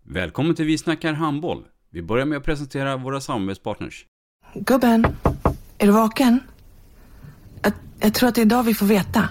Välkommen till Vi snackar handboll. Vi börjar med att presentera våra samarbetspartners. Gubben, är du vaken? Jag tror att det är idag vi får veta.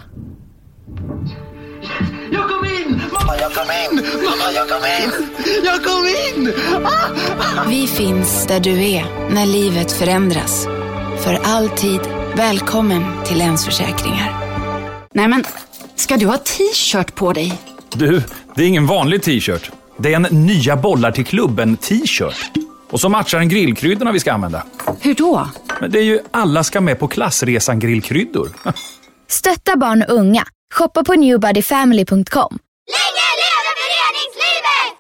Jag kom in! Mamma, jag kom in! Mamma, jag kom in! Jag kom in! Vi finns där du är när livet förändras. För alltid välkommen till Länsförsäkringar. Nej men, ska du ha t-shirt på dig? Du, det är ingen vanlig t-shirt. Det är en nya bollar till klubben t-shirt. Och så matchar den grillkryddorna vi ska använda. Hur då? Men det är ju alla ska med på klassresan grillkryddor. Stötta barn och unga. Shoppa på newbodyfamily.com. Länge leve föreningslivet!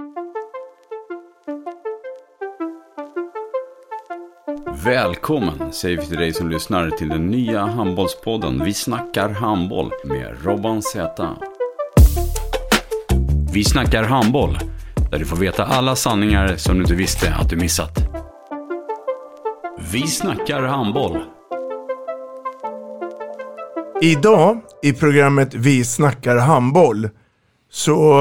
Välkommen säger vi till dig som lyssnar till den nya handbollspodden Vi snackar handboll med Robban Z. Vi snackar handboll, där du får veta alla sanningar som du inte visste att du missat. Vi snackar handboll. Idag i programmet Vi snackar handboll så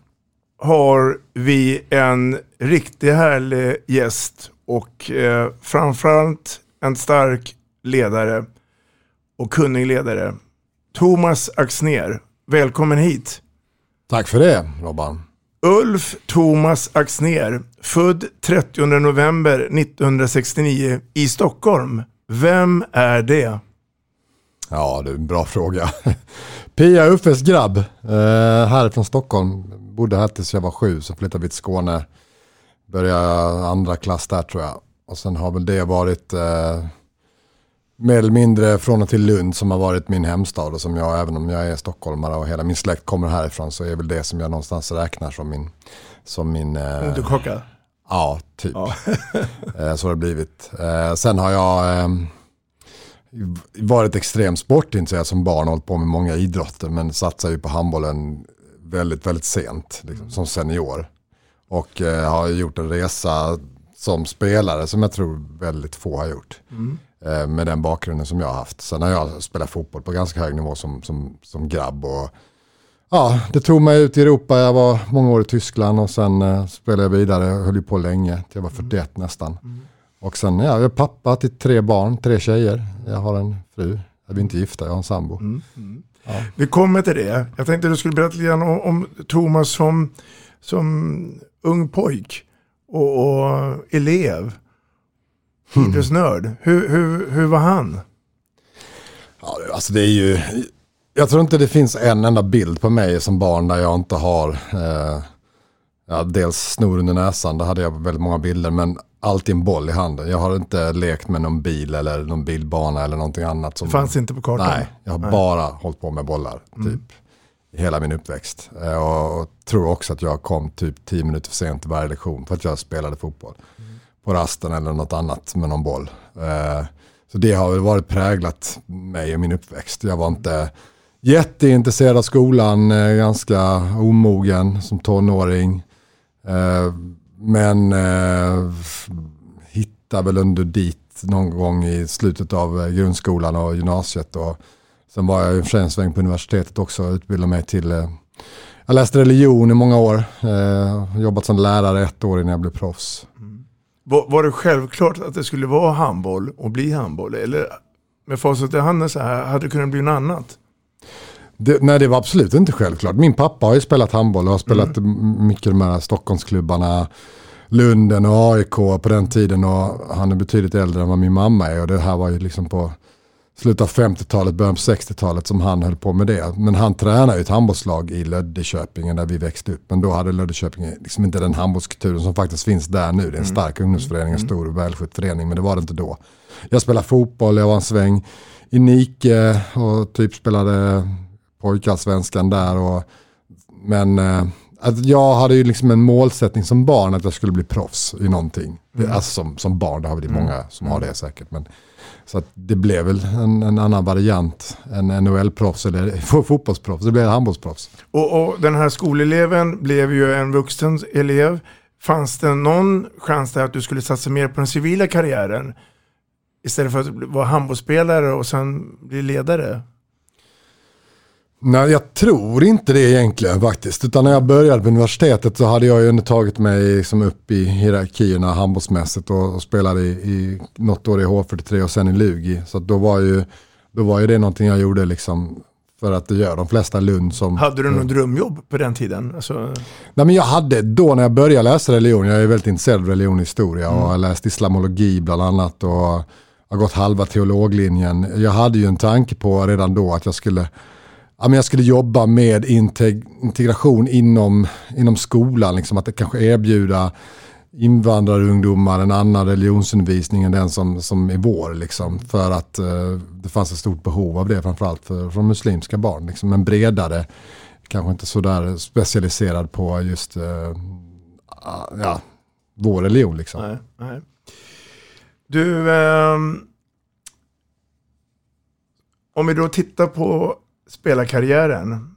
har vi en riktigt härlig gäst och framförallt en stark ledare och kunnig ledare. Thomas Axnér, välkommen hit. Tack för det, Robban. Ulf Thomas Axnér, född 30 november 1969 i Stockholm. Vem är det? Ja, det är en bra fråga. Pia Uffes grabb, här från Stockholm. Bodde här tills jag var 7, så flyttade vi till Skåne. Började andra klass där tror jag. Och sen har väl det varit mer eller mindre från och till Lund som har varit min hemstad. Och som jag, även om jag är stockholmare och hela min släkt kommer härifrån, så är väl det som jag någonstans räknar som min underkaka. Ja, typ. Ja. Så har det blivit. Sen har jag varit extremt sportintresserad som barn och hållit på med många idrotter, men satsar ju på handbollen väldigt, väldigt sent liksom, som senior. Och har gjort en resa som spelare som jag tror väldigt få har gjort. Med den bakgrunden som jag har haft. Sen har jag spelat fotboll på ganska hög nivå som grabb. Och, ja, det tog mig ut i Europa. Jag var många år i Tyskland och sen spelade jag vidare. Jag höll ju på länge. Jag var 41 nästan. Och sen, jag är pappa till 3 barn, 3 tjejer. Jag har en fru. Jag är inte gifta, jag har en sambo. Ja. Vi kommer till det. Jag tänkte att du skulle berätta lite grann om Thomas som ung pojk och elev. Idrottsnörd. Hur var han? Ja, alltså det är ju... Jag tror inte det finns en enda bild på mig som barn där jag inte har dels snor under näsan. Där hade jag väldigt många bilder, men alltid en boll i handen. Jag har inte lekt med någon bil eller någon bilbana eller någonting annat. Som, det fanns inte på kartan? Nej, jag har bara hållit på med bollar typ i hela min uppväxt. Och tror också att jag kom typ 10 minuter för sent till varje lektion för att jag spelade fotboll. På rasten eller något annat med någon boll. Så det har väl varit präglat mig och min uppväxt. Jag var inte jätteintresserad av skolan, ganska omogen som tonåring. Men hittade väl under dit någon gång i slutet av grundskolan och gymnasiet. Och sen var jag en sväng på universitetet också och utbildade mig till... jag läste religion i många år. Jobbat som lärare 1 år innan jag blev proffs. Var det självklart att det skulle vara handboll och bli handboll? Eller med facit i handen så här, hade det kunnat bli något annat? Nej, det var absolut inte självklart. Min pappa har ju spelat handboll och har spelat mycket med de här Stockholmsklubbarna, Lunden och AIK på den tiden. Och han är betydligt äldre än vad min mamma är. Och det här var ju liksom på slutet av 50-talet, början på 60-talet som han höll på med det. Men han tränade ju ett handbollslag i Löddeköpingen där vi växte upp. Men då hade Löddeköpingen liksom inte den handbollskulturen som faktiskt finns där nu. Det är en stark ungdomsförening, en stor och välskött förening, men det var det inte då. Jag spelade fotboll, jag var en sväng i Nike och typ spelade pojkarsvenskan där. Men att jag hade ju liksom en målsättning som barn att jag skulle bli proffs i någonting. Alltså som barn, det har vi många som har det säkert. Men, så att det blev väl en annan variant än NHL-proffs eller fotbollsproffs. Det blev handbollsproffs. Och den här skoleleven blev ju en vuxen elev. Fanns det någon chans där att du skulle satsa mer på den civila karriären istället för att vara handbollsspelare och sen bli ledare? Nej, jag tror inte det egentligen faktiskt. Utan när jag började på universitetet så hade jag ju tagit mig liksom upp i hierarkierna handbollsmässigt och spelade i något år i H43 och sen i Lugi. Så då var ju det någonting jag gjorde liksom för att det gör de flesta Lund som... Hade du någon drömjobb på den tiden? Alltså... Nej, men jag hade då när jag började läsa religion, jag är väldigt intresserad av religionhistoria och har läst islamologi bland annat och har gått halva teologlinjen. Jag hade ju en tanke på redan då att jag skulle jobba med integration inom skolan, liksom att det kanske erbjuda invandrarungdomar en annan religionsundervisning än den som är vår, liksom, för att det fanns ett stort behov av det, framförallt från muslimska barn, liksom, en bredare, kanske inte så där specialiserad på just vår religion liksom. Nej. Du, om vi då tittar på spelarkarriären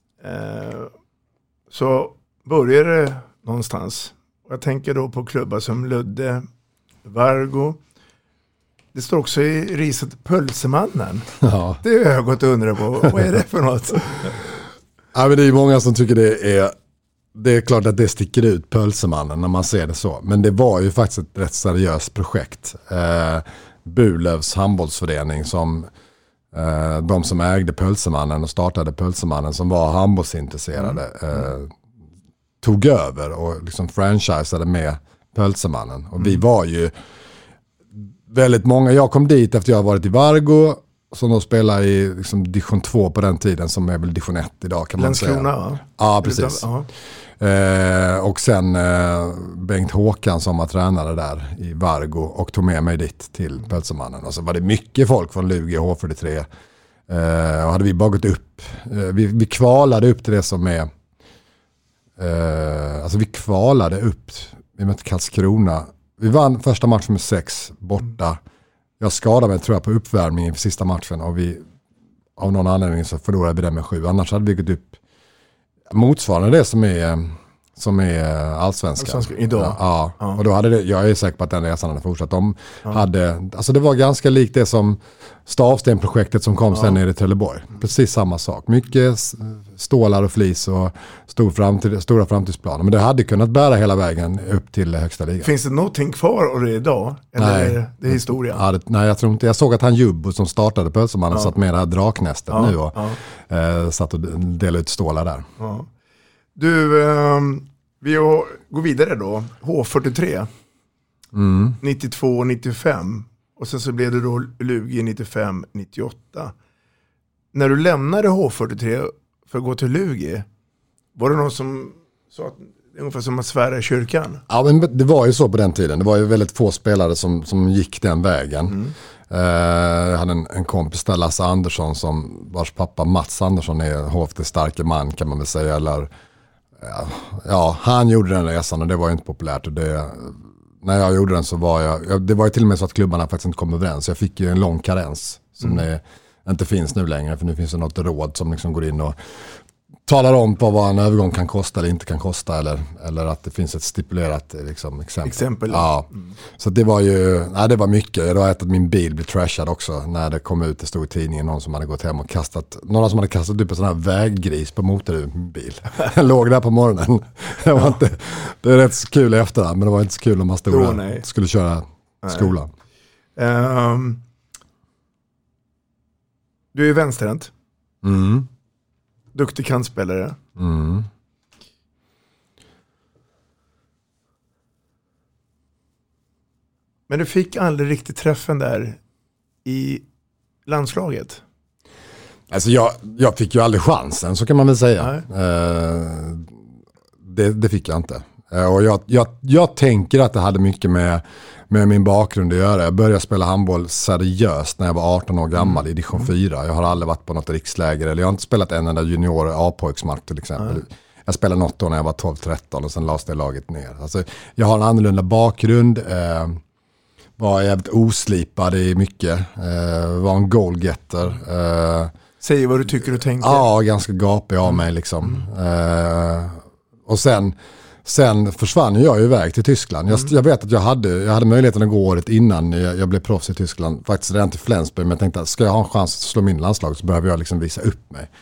så börjar det någonstans. Jag tänker då på klubbar som Ludde, Vargo. Det står också i riset Pölsemannen. Ja. Det har jag gått och undrat på. Vad är det för något? Ja, men det är många som tycker det är klart att det sticker ut, Pölsemannen, när man ser det så. Men det var ju faktiskt ett rätt seriöst projekt. Burlövs handbollsförening som de som ägde Pölsemannen och startade Pölsemannen, som var handbollsintresserade, tog över och liksom franchisade med Pölsemannen. Och vi var ju väldigt många. Jag kom dit efter jag varit i Vargo, som då spelade i liksom division 2 på den tiden, som är väl division 1 idag kan man säga. Landskrona, va? Ja, precis. Och sen Bengt Håkan som var tränare där i Vargo och tog med mig dit till Pölsemannen. Och så var det mycket folk från Lugi och H43. Och hade vi bara gått upp. Vi kvalade upp till det som är... alltså vi kvalade upp. Vi mötte Karlskrona. Vi vann första matchen med 6 borta. Jag skadade mig, tror jag, på uppvärmningen för sista matchen. Och vi, av någon anledning, så förlorade vi den med 7. Annars hade vi gått upp motsvarande det som är allsvenskan idag. Ja. Och då hade det, jag är säker på att den resan hade fortsatt. De hade, alltså det var ganska likt det som Stavsten-projektet som kom sen nere i Trelleborg. Precis samma sak. Mycket stålar och flis och stora framtidsplaner. Men det hade kunnat bära hela vägen upp till högsta ligan. Finns det någonting kvar av det idag? Eller Nej. är det historia? Ja, nej, jag tror inte. Jag såg att han Jubbo som startade Pölsemannen satt med det här draknästet nu och satt och delade ut stålar där. Ja. Du, vi går vidare då. H43. 92-95. Och sen så blev det då Lugi 95-98. När du lämnade H43 för att gå till Lugi, var det någon som sa att det är ungefär som att svära i kyrkan? Ja, men det var ju så på den tiden. Det var ju väldigt få spelare som gick den vägen. Jag hade en kompis där, Lasse Andersson, vars pappa Mats Andersson är HFT:s starke man, kan man väl säga. Eller, han gjorde den resan och det var ju inte populärt. Och när jag gjorde den så var det var ju till och med så att klubbarna faktiskt inte kom överens. Jag fick ju en lång karens som det inte finns nu längre, för nu finns det något råd som liksom går in och talar om på vad en övergång kan kosta eller inte kan kosta, eller att det finns ett stipulerat liksom, exempel. Ja. Så det var ju, det var mycket. Det var att min bil blev trashad också när det kom ut, det stod i tidningen någon som hade gått hem och kastat upp en sån här väggris på motorbil. Den låg där på morgonen. Det är rätt så kul i efterhand, men det var inte så kul om man skulle köra skolan. Du är vänsterhänt. Duktig kantspelare. Men du fick aldrig riktigt träffen där i landslaget. Alltså jag fick ju aldrig chansen, så kan man väl säga. Det fick jag inte. Och jag tänker att det hade mycket med min bakgrund att göra. Jag började spela handboll seriöst när jag var 18 år gammal i division 4. Jag har aldrig varit på något riksläger, eller jag har inte spelat en enda junior A-pojksmatch till exempel. Jag spelade något år när jag var 12-13 och sen lades det laget ner. Alltså, jag har en annorlunda bakgrund. Var jävligt oslipad i mycket. Var en goalgetter. Säg vad du tycker och tänker. Ja, ganska gapig av mig liksom. Och sen försvann jag iväg till Tyskland. Jag vet att jag hade möjligheten att gå året innan jag blev proffs i Tyskland. Faktiskt redan till Flensburg. Men jag tänkte att ska jag ha en chans att slå min landslag så behöver jag liksom visa upp mig.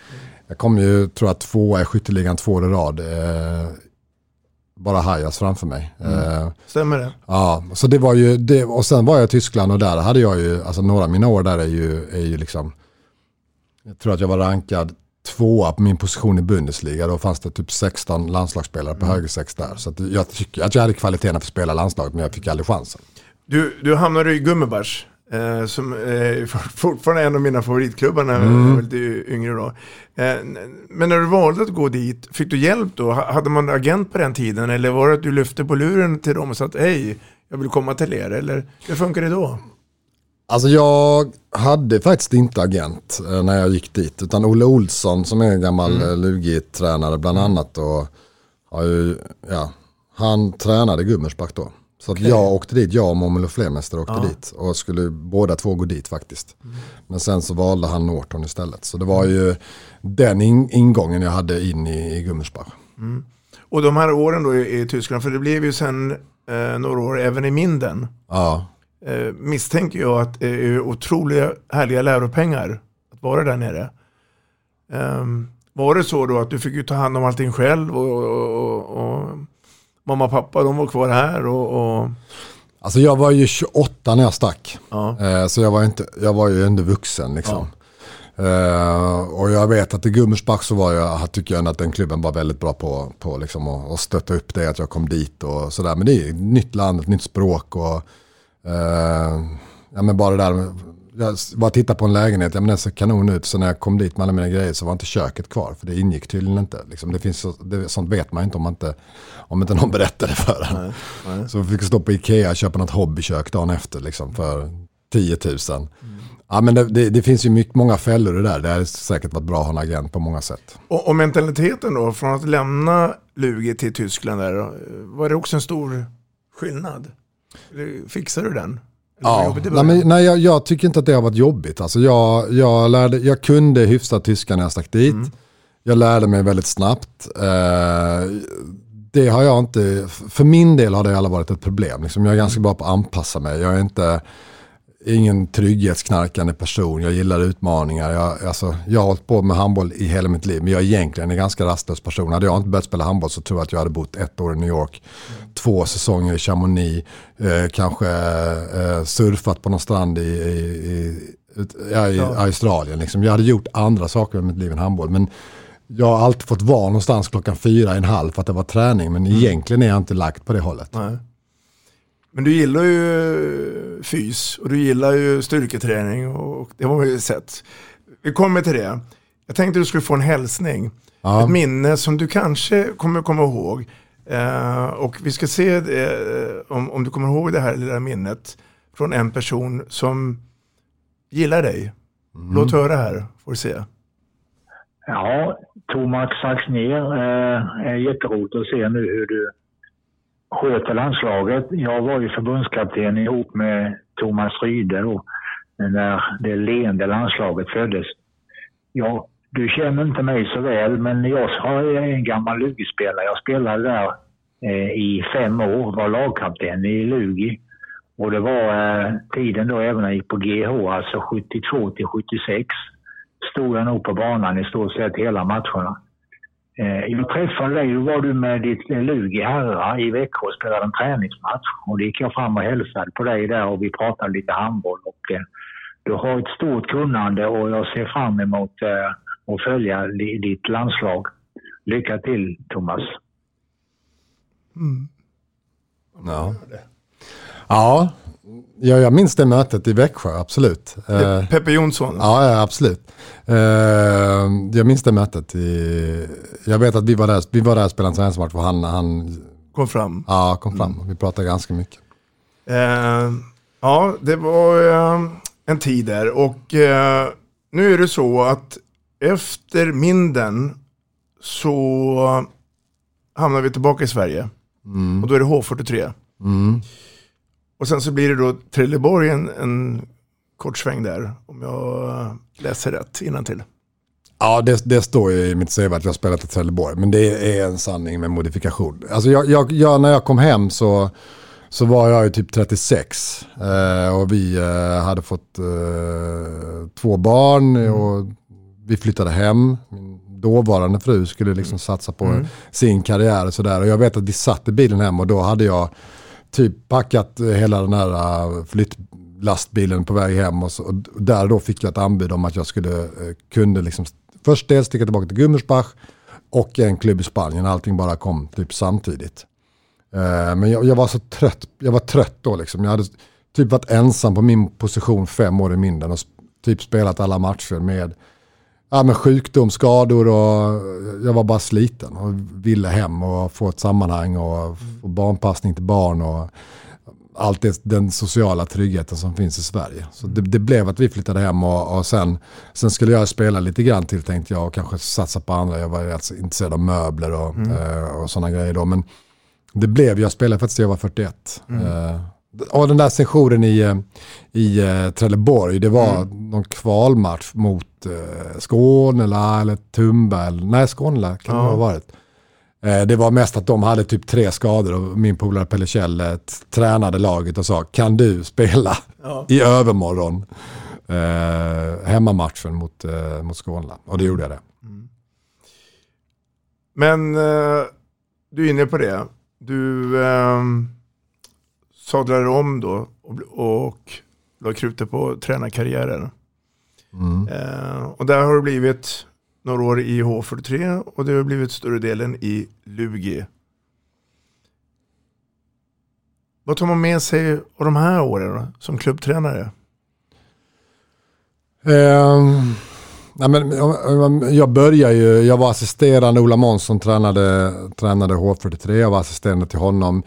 Jag kom ju, tror jag, 2 i skytteligan 2 år i rad. Bara Hajas framför mig. Stämmer det? Ja, så det var ju det, och sen var jag i Tyskland och där hade jag ju, alltså några av mina år där är ju liksom, jag tror att jag var rankad 2 på min position i Bundesliga. Då fanns det typ 16 landslagsspelare på högersex där. Så att jag tycker att jag hade kvaliteten för att spela landslaget, men jag fick aldrig chansen. Du hamnade i Gummibärs, som är fortfarande en av mina favoritklubbar när jag var lite yngre då. Men när du valde att gå dit, fick du hjälp då? Hade man agent på den tiden? Eller var det att du lyfte på luren till dem och sa att hej, jag vill komma till er? Eller hur funkar det då? Alltså jag hade faktiskt inte agent när jag gick dit, utan Olle Olsson som är en gammal Lugi-tränare bland annat, och har ju, han tränade Gummersbach då. Så att jag åkte dit, jag och Mommel Flermäster åkte dit och skulle båda två gå dit faktiskt. Men sen så valde han Norton istället. Så det var ju den ingången jag hade in i Gummersbach. Och de här åren då i Tyskland, för det blev ju sen några år även i Minden. Ja. Misstänker jag att det är otroliga härliga läropengar att vara där nere. Var det så då att du fick ju ta hand om allting själv och mamma och pappa, de var kvar här och... Alltså jag var ju 28 när jag stack. Så jag var ju ändå vuxen liksom. Och jag vet att i Gummersbach så tycker jag att den klubben var väldigt bra på liksom att stötta upp det, att jag kom dit och sådär. Men det är ett nytt land, ett nytt språk och men bara det där, jag bara titta på en lägenhet, men den ser kanon ut, så när jag kom dit med alla mina grejer så var inte köket kvar, för det ingick tydligen inte liksom. Det finns sånt vet man inte om inte någon berättade för en. Nej. Så vi fick stå på Ikea och köpa något hobbykök dagen efter liksom, för 10 000. Ja, men det finns ju många fällor i det där. Det har säkert varit bra att ha en agent på många sätt. Och mentaliteten då, från att lämna Lugi till Tyskland där, var det också en stor skillnad? Fixar du den? Ja, jag tycker inte att det har varit jobbigt. Alltså jag kunde hyfsat tyska när jag stack dit. Jag lärde mig väldigt snabbt. Det har jag inte, för min del har det alla varit ett problem. Liksom, jag är ganska bra på att anpassa mig. Jag är ingen trygghetsknarkande person. Jag gillar utmaningar. Jag har hållit på med handboll i hela mitt liv, men jag är egentligen en ganska rastlös person. Hade jag inte börjat spela handboll så tror jag att jag hade bott 1 år i New York, 2 säsonger i Chamonix, kanske surfat på någon strand i Australien. Liksom. Jag hade gjort andra saker med mitt liv än handboll, men jag har alltid fått vara någonstans 4:30 för att det var träning, men egentligen är jag inte lagt på det hållet. Nej. Men du gillar ju fys och du gillar ju styrketräning och det har man ju sett. Vi kommer till det. Jag tänkte att du skulle få en hälsning. Ja. Ett minne som du kanske kommer komma ihåg. Och vi ska se om du kommer ihåg det här lilla minnet från en person som gillar dig. Låt höra här, får du se. Ja, Thomas Axnér, är jätteroligt att se nu hur du sköter landslaget. Jag var ju förbundskapten ihop med Thomas Ryde och när det leende landslaget föddes. Ja, du känner inte mig så väl, men jag är en gammal Lugi-spelare. Jag spelade där i 5 år, var lagkapten i Lugi. Och det var tiden då även jag gick på GH, alltså 72 till 76. Stod jag nog på banan i stort sett hela matcherna. Jag träffade dig, då var du med ditt Lugi herrar i Växjö och spelade en träningsmatch. Och då gick jag fram och hälsade på dig där och vi pratade lite handboll. Och du har ett stort kunnande och jag ser fram emot att följa ditt landslag. Lycka till, Thomas. Ja, jag minns det mötet i Växjö, absolut. Peppe Jonsson? Ja, absolut. Jag minns det mötet. Jag vet att vi var där och spelade en träningsmatch för han kom fram. Ja, kom fram. Vi pratade ganska mycket. Ja, det var en tid där. Och nu är det så att efter Minden så hamnar vi tillbaka i Sverige. Och då är det H43. Och sen så blir det då Trelleborg en kort sväng där, om jag läser rätt innantill. Ja, det står ju i mitt CV att jag spelat i Trelleborg, men det är en sanning med modifikation. Alltså jag när jag kom hem så var jag ju typ 36 och vi hade fått 2 barn och vi flyttade hem. Min dåvarande fru skulle liksom satsa på sin karriär och sådär. Och jag vet att vi satt i bilen hem och då hade jag typ packat hela den här flyttlastbilen på väg hem och där då fick jag ett anbud om att jag kunde liksom först dels sticka tillbaka till Gummersbach och en klubb i Spanien. Allting bara kom typ samtidigt. Men jag var så trött. Jag var trött då liksom. Jag hade typ varit ensam på min position 5 år i Minden och typ spelat alla matcher med sjukdom, skador och jag var bara sliten och ville hem och få ett sammanhang och få barnpassning till barn och allt den sociala tryggheten som finns i Sverige. Så det blev att vi flyttade hem och sen skulle jag spela lite grann till, tänkte jag, och kanske satsa på andra. Jag var alltså intresserad av möbler och sådana grejer då, men det blev, jag spelade faktiskt, jag var 41. Och den där sessionen i Trelleborg, det var någon kvalmatch mot Skånela eller Tumba. Nej, Skånela kan det ha varit. Det var mest att de hade typ 3 skador och min polare Pelle Kjell tränade laget och sa, kan du spela i övermorgon hemmamatchen mot Skånela? Och det gjorde jag det. Men du är inne på det. Du sadlade om då och la krutet på tränarkarriären. Och där har du blivit några år i H43 och det har blivit större delen i Lugi. Vad tar man med sig av de här åren då, som klubbtränare? Jag var assisterande, Ola Månsson tränade H43, jag var assisterande till honom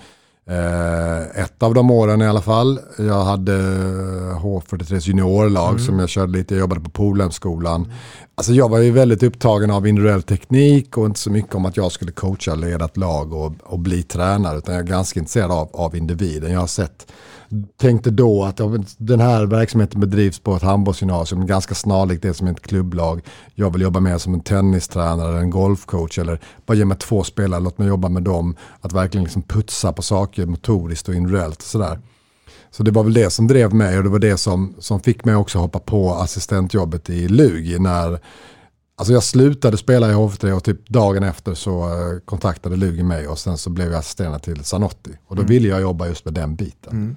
ett av de åren i alla fall. Jag hade H43s juniorlag som jag körde lite, jag jobbade på Polhemskolan. Alltså jag var ju väldigt upptagen av individuell teknik och inte så mycket om att jag skulle coacha, leda ett lag och bli tränare, utan jag är ganska intresserad av individen. Jag har tänkte då att den här verksamheten bedrivs på ett handbollsgymnasium, ganska snarlikt det som är ett klubblag. Jag vill jobba mer som en tennistränare, en golfcoach, eller bara ge mig 2 spelare, låt mig jobba med dem, att verkligen liksom putsa på saker motoriskt och individuellt och sådär. Så det var väl det som drev mig, och det var det som fick mig också hoppa på assistentjobbet i Lugi alltså jag slutade spela i H43 och typ dagen efter så kontaktade Lugi mig och sen så blev jag assisterande till Zanotti. Och då ville jag jobba just med den biten.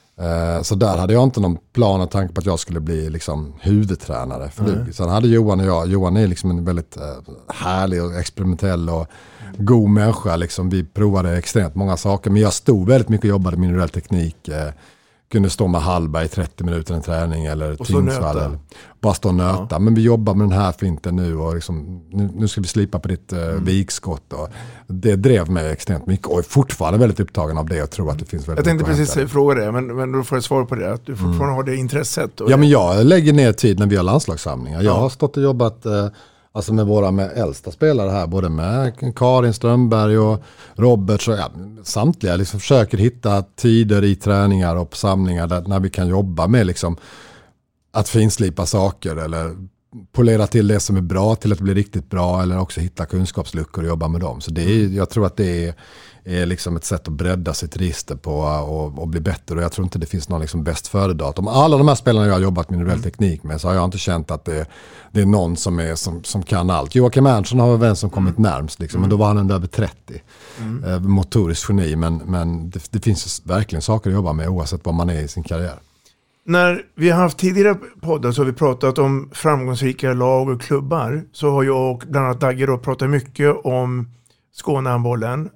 Så där hade jag inte någon plan och tanke på att jag skulle bli liksom huvudtränare för Lugi. Sen hade Johan är liksom en väldigt härlig och experimentell och god människa. Liksom. Vi provade extremt många saker, men jag stod väldigt mycket och jobbade med individuell teknik. Kunde stå med Hallberg i 30 minuter en träning eller Tingsvall. Eller bara stå och nöta. Ja. Men vi jobbar med den här finten nu och liksom, nu ska vi slipa på ditt vikskott. Och det drev mig extremt mycket och är fortfarande väldigt upptagen av det och tror att det finns väldigt. Jag tänkte precis fråga det, men då får jag svar på det. Att du fortfarande har det intresset. Ja, men jag lägger ner tid när vi har landslagssamlingar. Jag har stått och jobbat alltså med äldsta spelare här, både med Karin Strömberg och Robert, så samtliga liksom försöker hitta tider i träningar och på samlingar där, när vi kan jobba med liksom att finslipa saker eller polera till det som är bra till att bli riktigt bra, eller också hitta kunskapsluckor och jobba med dem. Så jag tror att det är liksom ett sätt att bredda sitt register på och bli bättre, och jag tror inte det finns någon liksom bäst före-datum. Alla de här spelarna jag har jobbat med individuell teknik med, så har jag inte känt att det är någon som kan allt. Joakim Ernstson har väl vem som kommit närmst liksom, men då var han ändå över 30. Motorisk geni, men det finns verkligen saker att jobba med oavsett vad man är i sin karriär. När vi har haft tidigare poddar så har vi pratat om framgångsrika lag och klubbar. Så har jag och bland annat Dagge då pratat mycket om Skånehandbollen.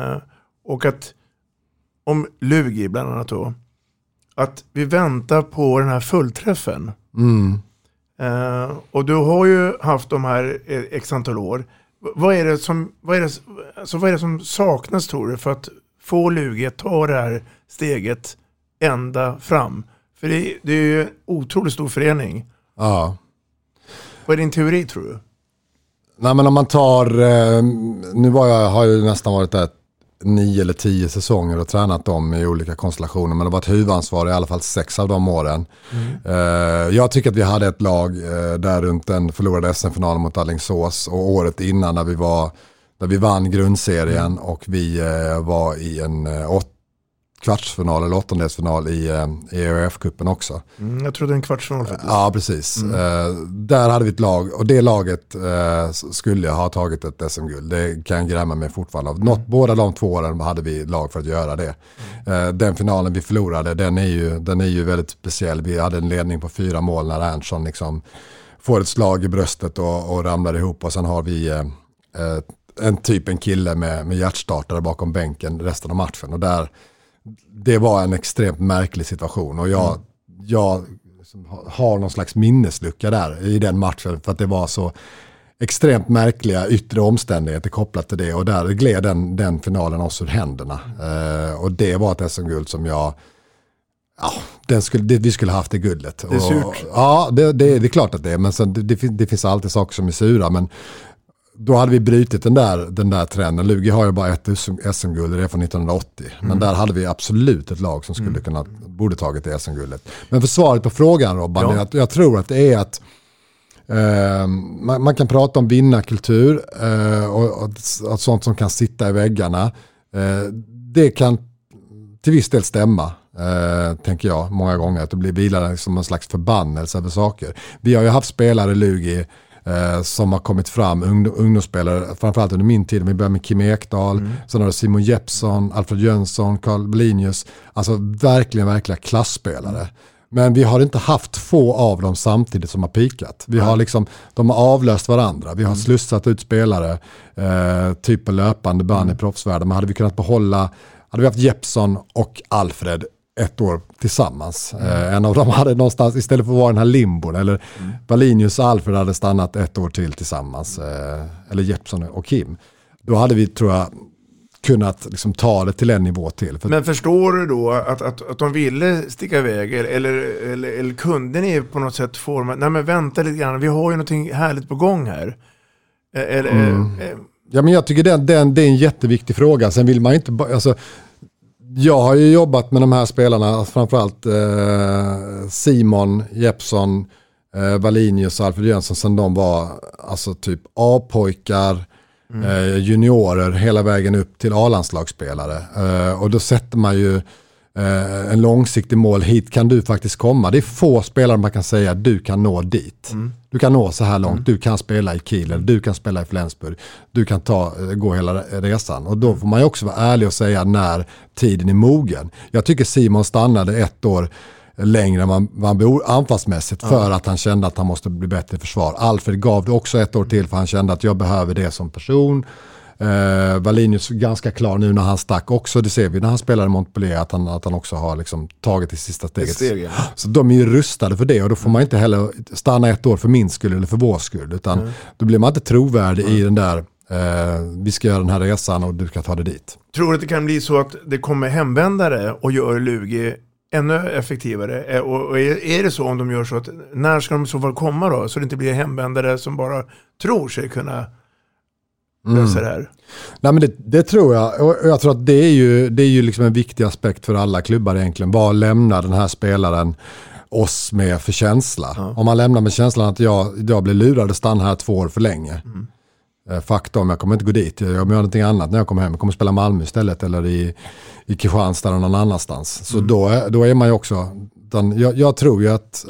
Och att om Lugi bland annat då. Att vi väntar på den här fullträffen. Och du har ju haft de här x antal år. Vad är det som saknas, tror du, för att få Lugi att ta det här steget ända fram? För det är ju en otroligt stor förening. Ja. Vad är din teori, tror du? Nej, men om man tar... har ju nästan varit där 9 eller 10 säsonger och tränat dem i olika konstellationer. Men det har varit huvudansvar i alla fall 6 av de åren. Jag tycker att vi hade ett lag där runt den förlorade SM-finalen mot Alingsås. Och året innan där vi vann grundserien och vi var i en kvartsfinal eller åttondelsfinal i EHF-cupen också. Jag tror det är en kvartsfinal faktiskt. Ja, precis. Där hade vi ett lag och det laget skulle ha tagit ett SM-guld. Det kan jag grämma mig fortfarande. Båda de 2 åren hade vi lag för att göra det. Den finalen vi förlorade, den är ju väldigt speciell. Vi hade en ledning på 4 mål när Ernstson liksom får ett slag i bröstet och ramlar ihop, och sen har vi en kille med hjärtstartare bakom bänken resten av matchen, och det var en extremt märklig situation, och jag har någon slags minneslucka där i den matchen, för att det var så extremt märkliga yttre omständigheter kopplat till det, och där gled den finalen oss ur händerna. Och det var ett SM-guld som vi skulle haft det guldet. Det är surt. Ja, det är klart att det är, men sen, det finns alltid saker som är sura, men då hade vi brutit den där trenden. Lugi har ju bara ett SM-guld, det är från 1980. Men där hade vi absolut ett lag som borde tagit det SM-guldet. Men för svaret på frågan, Robban, är att jag tror att det är att man kan prata om vinnarkultur och att sånt som kan sitta i väggarna. Det kan till viss del stämma, tänker jag många gånger, att det blir vilande som en slags förbannelse över saker. Vi har ju haft spelare i Lugi som har kommit fram, ungdomsspelare, framförallt under min tid. Vi började med Kim Ekdahl, sen har det Simon Jeppsson, Alfred Jönsson, Carl Belinius, alltså verkliga klasspelare. Men vi har inte haft 2 av dem samtidigt som har pikat. Vi har de har avlöst varandra. Vi har slussat ut spelare typ på löpande band i proffsvärlden. Men hade vi kunnat behålla, hade vi haft Jeppsson och Alfred ett år tillsammans. En av dem hade någonstans, istället för att vara den här limbon, eller Balinius och Alfred hade stannat ett år tillsammans, eller Jeppsson och Kim. Då hade vi, tror jag, kunnat ta det till en nivå till. Men förstår du då att de ville sticka iväg, eller kunde ni på något sätt forma, nej men vänta lite grann, vi har ju någonting härligt på gång här. Ja, men jag tycker det är en jätteviktig fråga. Sen vill man inte jag har ju jobbat med de här spelarna, framförallt Simon Jeppsson, Valinius och Alfred Jönsson, sen de var typ A-pojkar, juniorer hela vägen upp till A-landslagsspelare. Och då sätter man ju en långsiktig mål, hit kan du faktiskt komma. Det är få spelare man kan säga du kan nå dit. Du kan nå så här långt, du kan spela i Kiel, eller du kan spela i Flensburg, du kan gå hela resan. Och då får man ju också vara ärlig och säga när tiden är mogen. Jag tycker Simon stannade 1 år längre än vad han bor anfallsmässigt, för att han kände att han måste bli bättre i försvar. Alfred gav det också 1 år till, för han kände att jag behöver det som person. Valinius ganska klar nu när han stack också, det ser vi när han spelar i Montpellier, att han också har tagit det sista steget. Så de är ju rustade för det, och då får man inte heller stanna 1 år för min skull eller för vår skull, utan då blir man inte trovärdig i den där vi ska göra den här resan och du ska ta det dit. Tror du att det kan bli så att det kommer hemvändare och gör Lugi ännu effektivare? Och är det så, om de gör så, att när ska de i så fall komma då, så det inte blir hemvändare som bara tror sig kunna lösa det här? Nej, men det tror jag, och jag tror att det är ju en viktig aspekt för alla klubbar egentligen. Vad lämnar den här spelaren oss med för känsla? Om man lämnar med känslan att jag blir lurad och stannar här 2 år för länge. Faktum, jag kommer inte gå dit. Jag gör någonting annat när jag kommer hem. Jag kommer spela Malmö istället, eller i Kristianstad eller någon annanstans. Så då är man ju också, jag tror ju att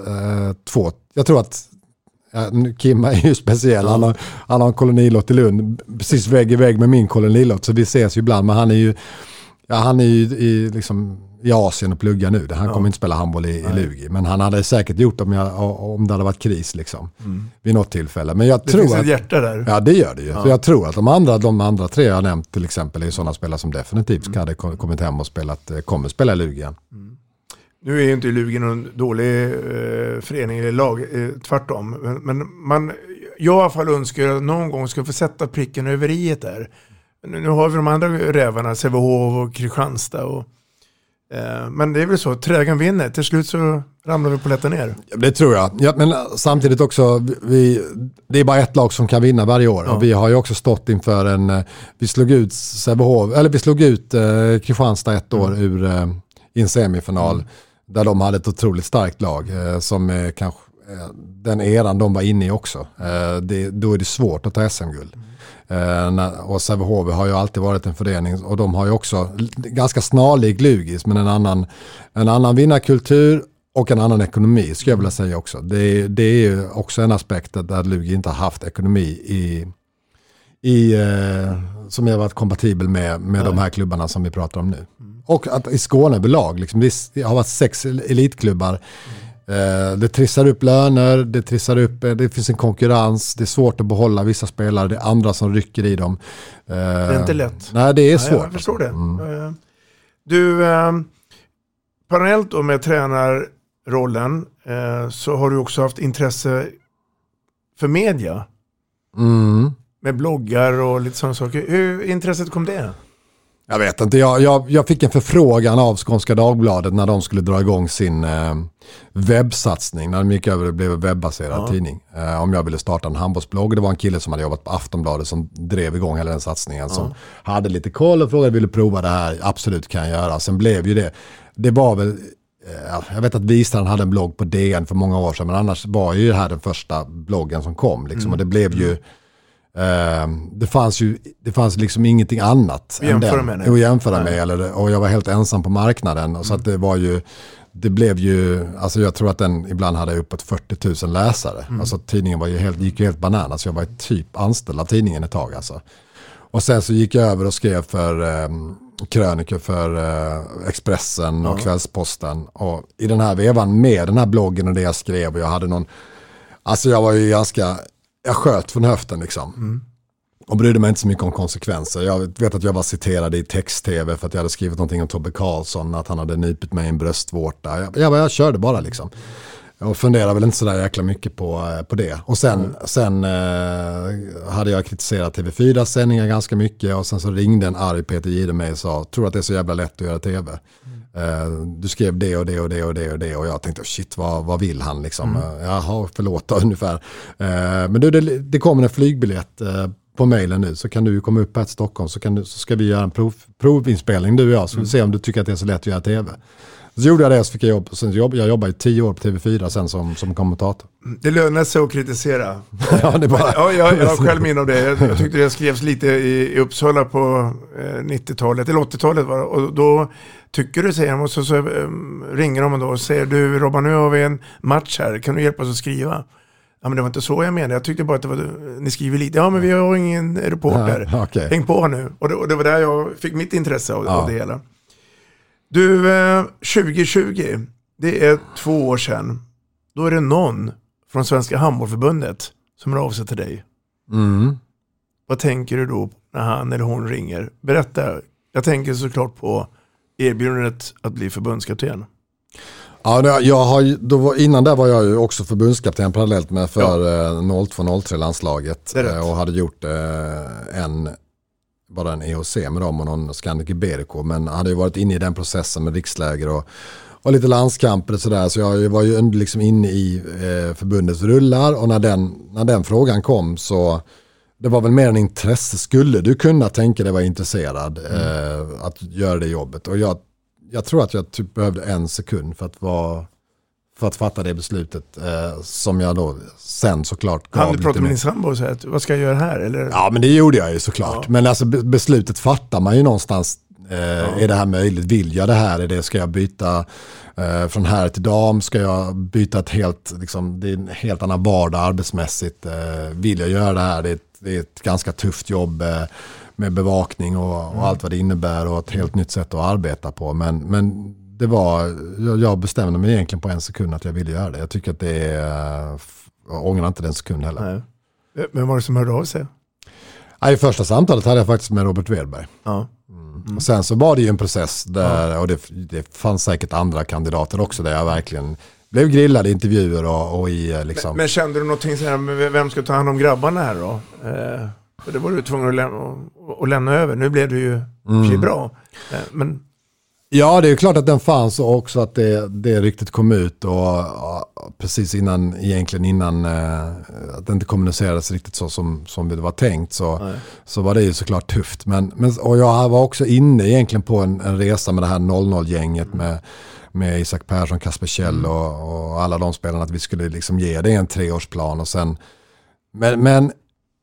Kim är ju speciell. Han har en kolonilott i Lund, precis vägg i vägg med min kolonilott, så vi ses ju ibland, men han är ju i Asien och pluggar nu. Han kommer inte spela handboll i Lugi, men han hade säkert gjort om det hade varit kris vid något tillfälle. Men jag tror finns ett hjärta där. Ja, det gör det ju. För jag tror att de andra 3 jag nämnt till exempel är sådana spelare som definitivt hade kommit hem och kommer spela i Lugi igen. Nu är ju inte Lugi någon dålig förening eller lag, tvärtom. Men jag i alla fall önskar att någon gång ska få sätta pricken över i där. Nu har vi de andra rävarna, Sävehof och Kristianstad. Men det är väl så, trägen vinner. Till slut så ramlar vi på lätta ner. Det tror jag. Ja, men samtidigt också, det är bara ett lag som kan vinna varje år. Och vi har ju också stått inför vi slog ut Sävehof, eller vi slog ut Kristianstad 1 år ur i en semifinal, där de hade ett otroligt starkt lag som kanske den eran de var inne i också. Då är det svårt att ta SM-guld. Och Sävehof har ju alltid varit en förening och de har ju också ganska snarlik Lugis men en annan vinnarkultur och en annan ekonomi skulle jag vilja säga också. Det är ju också en aspekt där Lugi inte har haft ekonomi som har varit kompatibel med de här klubbarna som vi pratar om nu. Och att i Skåne överlag, liksom, det har varit 6 elitklubbar. Det trissar upp löner, det finns en konkurrens, det är svårt att behålla vissa spelare, det är andra som rycker i dem. Det är inte lätt. Nej, det är svårt. Jag förstår det. Du, parallellt då med tränarrollen så har du också haft intresse för media. Med bloggar och lite sådana saker. Hur intresset kom det? Jag vet inte. Jag fick en förfrågan av Skånska Dagbladet när de skulle dra igång sin webbsatsning. När de gick över och blev en webbaserad tidning. Om jag ville starta en handbollsblogg. Det var en kille som hade jobbat på Aftonbladet som drev igång hela den satsningen. Som hade lite koll och frågade ville prova det här. Absolut kan jag göra. Sen blev ju det. Det var väl... Jag vet att Wistrand hade en blogg på DN för många år sedan. Men annars var ju det här den första bloggen som kom. Liksom. Och det blev ju... Det fanns liksom ingenting annat att jämföra med och jag var helt ensam på marknaden så att det blev ju alltså jag tror att den ibland hade uppåt 40 000 läsare. Alltså tidningen gick ju helt banan, så jag var typ anställd av tidningen ett tag alltså. Och sen så gick jag över och skrev för krönikor för Expressen och Kvällsposten och i den här vevan med den här bloggen och det jag skrev och jag hade alltså jag var ju jag sköt från höften liksom. Och brydde mig inte så mycket om konsekvenser. Jag vet att jag var citerad i text-tv för att jag hade skrivit någonting om Tobbe Karlsson, att han hade nypit mig i en bröstvårta. Jag körde bara liksom. Jag funderade väl inte så där jäkla mycket på det. Och sen hade jag kritiserat TV4 sändningar ganska mycket och sen så ringde en arg Peter Gide mig och sa, tror att det är så jävla lätt att göra tv. Du skrev det och det och det och det och det och jag tänkte shit vad vill han liksom. Jaha, förlåt då, ungefär. Men det kommer en flygbiljett på mejlen nu så kan du komma upp här till Stockholm så ska vi göra en provinspelning du och jag så vi se om du tycker att det är så lätt att göra tv. Så gjorde jag det så fick jag jobb. Sen jag jobbade i 10 år på TV4 sen som kommentator. Det lönar sig att kritisera. Ja, det bara... jag har själv min av det. Jag tyckte det skrevs lite i Uppsala på 90-talet eller 80-talet var det. Och då tycker du säger och så ringer de och säger du Robban, nu har vi en match här. Kan du hjälpa oss att skriva? Ja, men det var inte så jag menade. Jag tyckte bara att ni skriver lite. Ja, men vi har ingen reporter. Ja, okay. Häng på nu. Och det var där jag fick mitt intresse av det hela. Du, 2020, det är 2 år sedan. Då är det någon från Svenska Handbollförbundet som hör av sig till dig. Vad tänker du då när han eller hon ringer? Berätta. Jag tänker såklart på erbjudandet att bli förbundskapten. Ja, innan där var jag ju också förbundskapten parallellt med för 02-03 landslaget och hade gjort bara en EHC med dem och någon Scandic Iberico, men hade ju varit inne i den processen med riksläger och lite landskamper och sådär, så jag var ju liksom inne i förbundets rullar och när den frågan kom så det var väl mer en intresse. Skulle du kunna tänka dig vara intresserad att göra det jobbet? Och jag tror att jag typ behövde 1 sekund för att fatta det beslutet som jag då sen såklart gav. Han du pratade med din sambo och sa att vad ska jag göra här? Eller? Ja, men det gjorde jag ju såklart. Ja. Men alltså beslutet fattar man ju någonstans. Är det här möjligt? Vill jag det här? Ska jag byta från här till dam? Ska jag byta det är en helt annan vardag arbetsmässigt? Vill jag göra det här? Det är ett ganska tufft jobb med bevakning och allt vad det innebär och ett helt nytt sätt att arbeta på. Men det var, jag bestämde mig egentligen på 1 sekund att jag ville göra det. Jag tycker att det är, jag ångrar inte den sekund heller. Nej. Men var det som hörde av sig? I första samtalet hade jag faktiskt med Robert Wedberg. Ja. Och sen så var det ju en process där, och det fanns säkert andra kandidater också där jag verkligen blev grillad i intervjuer och i liksom... Men kände du någonting så här, vem ska ta hand om grabbarna här då? För det var du tvungen att lämna över. Nu blev det ju bra. Men... Ja, det är klart att den fanns och också att det riktigt kom ut och precis innan att det inte kommunicerades riktigt så som det var tänkt så var det ju såklart tufft. Men och jag var också inne egentligen på en resa med det här 00-gänget med Isak Persson, Kasper Kjell och alla de spelarna, att vi skulle liksom ge det en 3-årsplan och sen men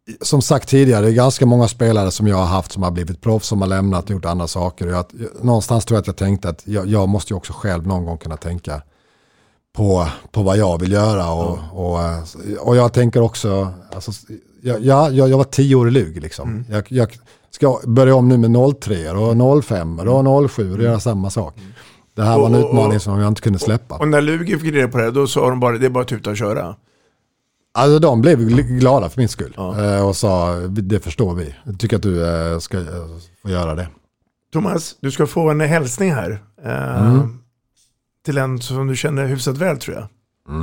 som sagt tidigare, det är ganska många spelare som jag har haft som har blivit proffs, som har lämnat och gjort andra saker. Någonstans tror jag att jag tänkte att jag måste ju också själv någon gång kunna tänka på vad jag vill göra. Och jag tänker också, alltså, jag var 10 år i Lug liksom. Jag ska börja om nu med 03 och 05 och 07 och göra samma sak. Det här var en utmaning som jag inte kunde släppa. Och när Lugi fick reda på det, då sa de bara, det är bara att tuta och köra. Alltså de blev glada för min skull och sa, det förstår vi. Jag tycker att du ska få göra det. Thomas, du ska få en hälsning här. Till en som du känner hyfsat väl, tror jag.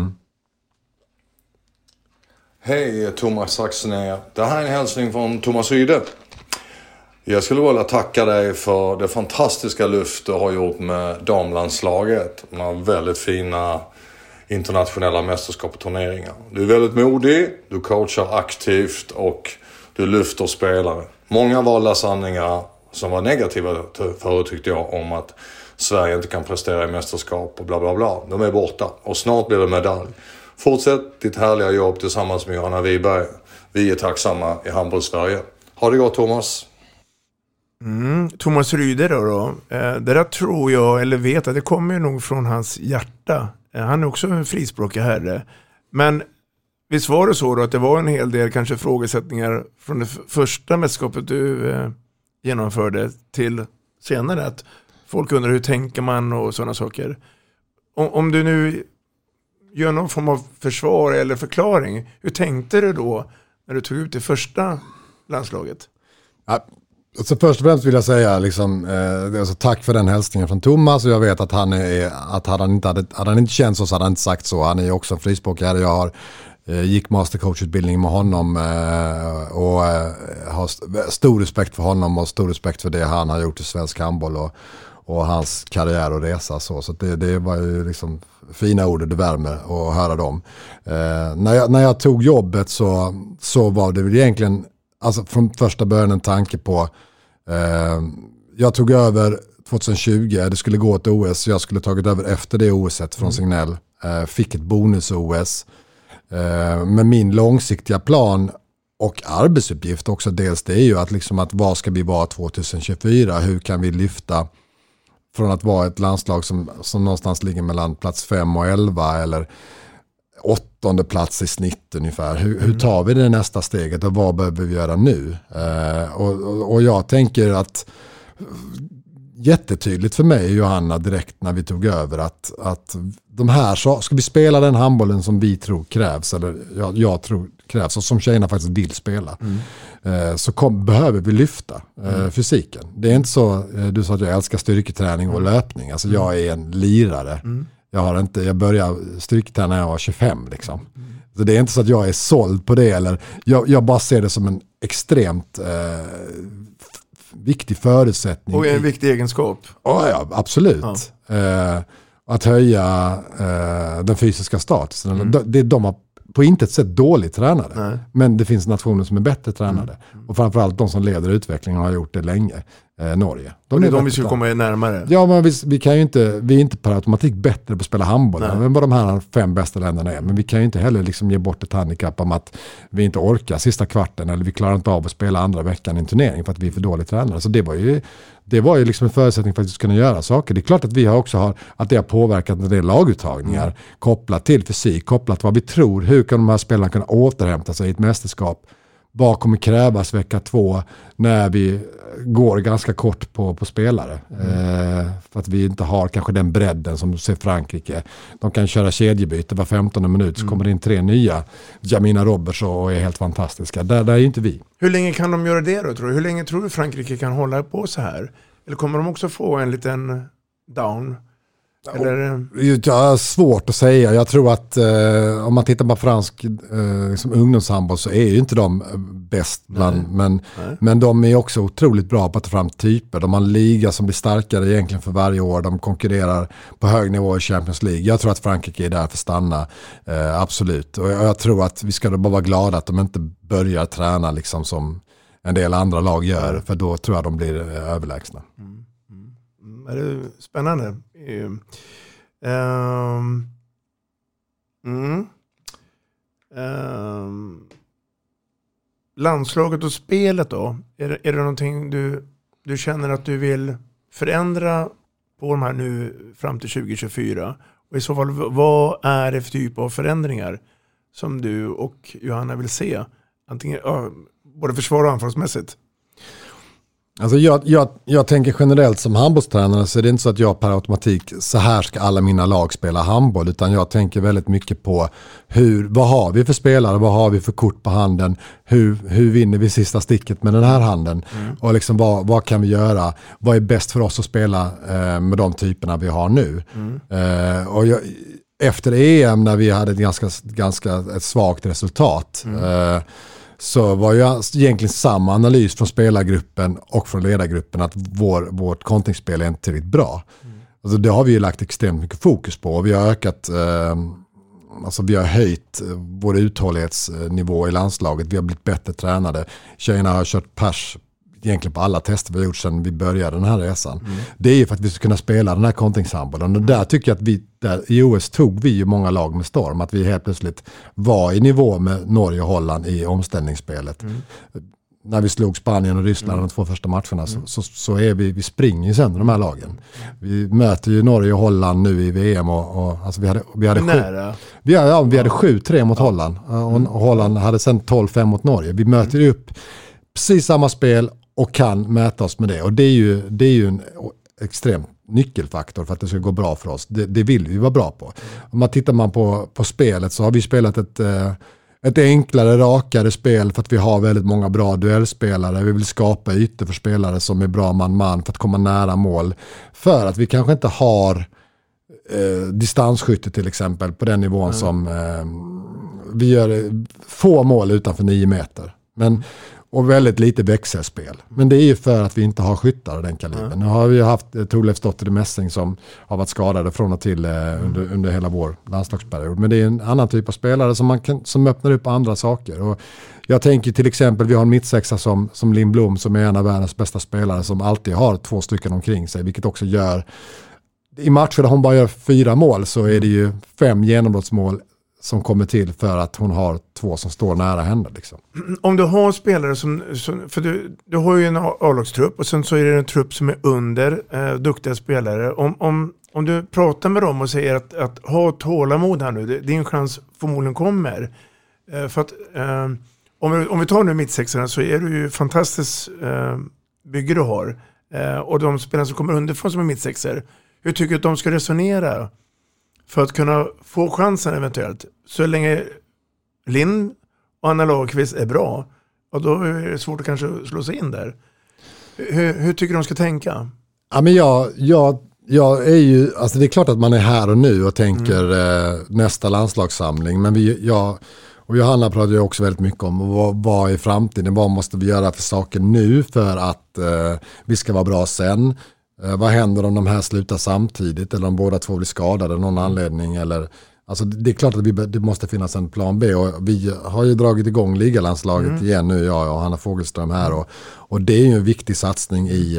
Hej, Thomas Axnér. Det här är en hälsning från Thomas Ryde. Jag skulle vilja tacka dig för det fantastiska lyft du har gjort med damlandslaget. Man har väldigt fina internationella mästerskap och turneringar. Du är väldigt modig, du coachar aktivt och du lyfter spelare. Många valda sanningar som var negativa förut tyckte jag om att Sverige inte kan prestera i mästerskap och bla bla bla. De är borta och snart blir det medalj. Fortsätt ditt härliga jobb tillsammans med Johanna Wiberg. Vi är tacksamma i Handboll Sverige. Ha det gott, Thomas. Thomas Ryde då. Det där tror jag, eller vet att det kommer nog från hans hjärta. Han är också en frispråkig herre. Men visst var det så då att det var en hel del kanske frågesättningar från det första mästerskapet du genomförde till senare, att folk undrar hur tänker man och sådana saker. Om du nu gör någon form av försvar eller förklaring, hur tänkte du då när du tog ut det första landslaget? Ja, alltså först och främst vill jag säga liksom, alltså tack för den hälsningen från Thomas, och jag vet att hade han inte känt så hade han inte sagt så. Han är också en frispråkare. Jag gick mastercoachutbildning med honom och har stor respekt för honom och stor respekt för det han har gjort i svensk handboll och hans karriär och resa. Så det var ju liksom fina ord, det värmer att höra dem. När jag tog jobbet så var det väl egentligen, alltså från första början en tanke på, jag tog över 2020, det skulle gå ett OS, jag skulle tagit över efter det OSet från Signell, fick ett bonus-OS. Men min långsiktiga plan och arbetsuppgift också dels, det är ju att vad ska vi vara 2024, hur kan vi lyfta från att vara ett landslag som någonstans ligger mellan plats 5 och 11 eller 8:e plats i snitt ungefär. Hur tar vi det nästa steget och vad behöver vi göra nu? Och jag tänker att jättetydligt för mig och Johanna direkt när vi tog över att de här, så ska vi spela den handbollen som vi tror krävs, eller jag tror krävs och som tjejerna faktiskt vill spela, så behöver vi lyfta fysiken. Det är inte så, du sa att jag älskar styrketräning och löpning. Alltså jag är en lirare. Jag började styrketräna när jag var 25 liksom. Så det är inte så att jag är såld på det, eller jag bara ser det som en extremt viktig förutsättning. Och en viktig egenskap. Ja, absolut. Ja. Att höja den fysiska statusen. De har på intet sätt dåligt tränade. Nej. Men det finns nationer som är bättre tränade. Och framförallt de som leder utvecklingen har gjort det länge. Norge. Det är de vi skulle komma närmare. Ja, men vi är inte per automatik bättre på att spela handboll än vad de här 5 bästa länderna är. Men vi kan ju inte heller liksom ge bort ett handikapp om att vi inte orkar sista kvarten, eller vi klarar inte av att spela andra veckan i en turnering för att vi är för dåligt tränade. Så det var ju liksom en förutsättning för att vi ska kunna göra saker. Det är klart att vi att det har påverkat en del laguttagningar kopplat till fysik, kopplat till vad vi tror. Hur kan de här spelarna kunna återhämta sig i ett mästerskap? Vad kommer krävas vecka 2 när vi går ganska kort på spelare? För att vi inte har kanske den bredden som ser Frankrike. De kan köra kedjebyte var 15:e minut, så kommer det in 3 nya. Jamina Roberts och är helt fantastiska. Där är inte vi. Hur länge kan de göra det då, tror du? Hur länge tror du Frankrike kan hålla på så här? Eller kommer de också få en liten down? Eller? Ja, svårt att säga. Jag tror att om man tittar på fransk liksom ungdomshandboll, så är ju inte de bäst bland, men de är också otroligt bra på att ta fram typer. De har en liga som blir starkare egentligen för varje år. De konkurrerar på hög nivå i Champions League. Jag tror att Frankrike är där för att stanna, absolut. Och jag tror att vi ska då bara vara glada att de inte börjar träna liksom som en del andra lag gör, för då tror jag de blir överlägsna. Är det spännande? landslaget och spelet då? Är det någonting du känner att du vill förändra på de här nu fram till 2024? Och i så fall, vad är det för typ av förändringar som du och Johanna vill se? Antingen både försvar och anfallsmässigt. Alltså jag tänker generellt som handbollstränare, så är det inte så att jag per automatik så här ska alla mina lag spela handboll, utan jag tänker väldigt mycket på vad har vi för spelare, vad har vi för kort på handen, hur vinner vi sista sticket med den här handen och liksom vad kan vi göra, vad är bäst för oss att spela med de typerna vi har nu. Och efter EM när vi hade ett ganska ett svagt resultat så var ju egentligen samma analys från spelargruppen och från ledargruppen att vårt kontringsspel är inte tillräckligt bra. Alltså det har vi ju lagt extremt mycket fokus på, och vi har ökat, vi har höjt vår uthållighetsnivå i landslaget, vi har blivit bättre tränade. Tjejerna har kört pers egentligen på alla tester vi har gjort sedan vi började den här resan. Det är ju för att vi ska kunna spela den här kontringshandbollen, och där tycker jag att i OS tog vi ju många lag med storm, att vi helt plötsligt var i nivå med Norge och Holland i omställningsspelet. När vi slog Spanien och Ryssland de 2 första matcherna så är vi springer ju sönder de här lagen. Vi möter ju Norge och Holland nu i VM och alltså vi hade 7-3 mot Holland och Holland hade sen 12-5 mot Norge. Vi möter ju upp precis samma spel och kan mäta oss med det. Och det är ju en extrem nyckelfaktor för att det ska gå bra för oss. Det vill vi vara bra på. Om man tittar på spelet, så har vi spelat ett enklare, rakare spel för att vi har väldigt många bra duellspelare. Vi vill skapa ytor för spelare som är bra man-man för att komma nära mål. För att vi kanske inte har distansskytte till exempel på den nivån som vi gör få mål utanför 9 meter. Och väldigt lite växelspel. Men det är ju för att vi inte har skyttar av den kalibern. Nu har vi haft Thorleifsdotter i Mässing som har varit skadade från och till under hela vår landslagsperiod. Men det är en annan typ av spelare som öppnar upp andra saker. Och jag tänker till exempel, vi har en mittsexa som Linn Blom, som är en av världens bästa spelare, som alltid har 2 stycken omkring sig. Vilket också gör, i matcher där hon bara gör 4 mål så är det ju 5 genombrottsmål som kommer till för att hon har 2 som står nära henne. Liksom. Om du har spelare för du har ju en A-lagstrupp och sen så är det en trupp som är under duktiga spelare. Om du pratar med dem och säger att ha tålamod här nu, din chans förmodligen kommer. För att om vi tar nu mittsexarna, så är du ju fantastiskt bygge du har. Och de spelare som kommer underifrån som är mittsexer, hur tycker du att de ska resonera för att kunna få chansen eventuellt? Så länge Linn och Anna Lagerqvist är bra, och då är det svårt att kanske slå sig in där. Hur tycker du de ska tänka? Ja, men jag är ju, alltså det är klart att man är här och nu och tänker nästa landslagssamling, men jag och Johanna pratar ju också väldigt mycket om vad är framtiden, vad måste vi göra för saker nu för att vi ska vara bra sen. Vad händer om de här slutar samtidigt, eller om båda 2 blir skadade av någon anledning, eller alltså det är klart att det måste finnas en plan B, och vi har ju dragit igång ligalandslaget igen nu, jag och Hanna Fogelström här, och det är ju en viktig satsning i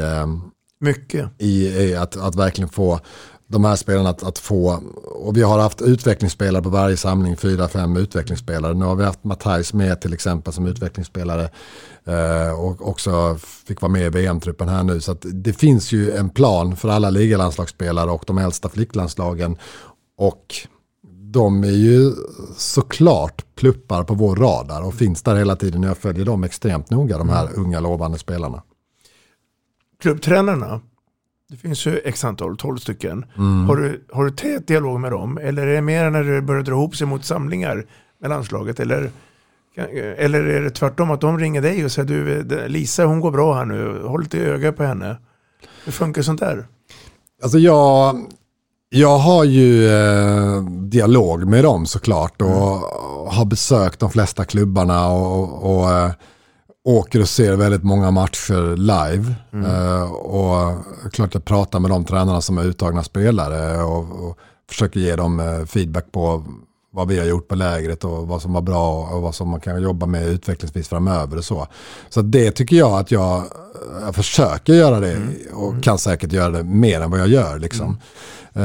att verkligen få de här spelarna att få, och vi har haft utvecklingsspelare på varje samling, 4-5 utvecklingsspelare. Nu har vi haft Matthijs med till exempel som utvecklingsspelare och också fick vara med i VM-truppen här nu. Så att det finns ju en plan för alla ligalandslagsspelare och de äldsta flicklandslagen, och de är ju såklart pluppar på vår radar och finns där hela tiden. Jag följer dem extremt noga, de här unga lovande spelarna. Klubbtränarna, det finns ju x antal, 12 stycken. Har du tät dialog med dem? Eller är det mer när det börjar dra ihop sig mot samlingar med landslaget? Eller är det tvärtom att de ringer dig och säger du, Lisa hon går bra här nu, håll lite öga på henne. Hur funkar sånt där? Alltså jag har ju dialog med dem såklart, och har besökt de flesta klubbarna och åker och ser väldigt många matcher live. Och klart jag pratar med de tränarna som är uttagna spelare och försöker ge dem feedback på vad vi har gjort på lägret och vad som var bra och vad som man kan jobba med utvecklingsvis framöver och så. Så det tycker jag att jag försöker göra det och kan säkert göra det mer än vad jag gör liksom.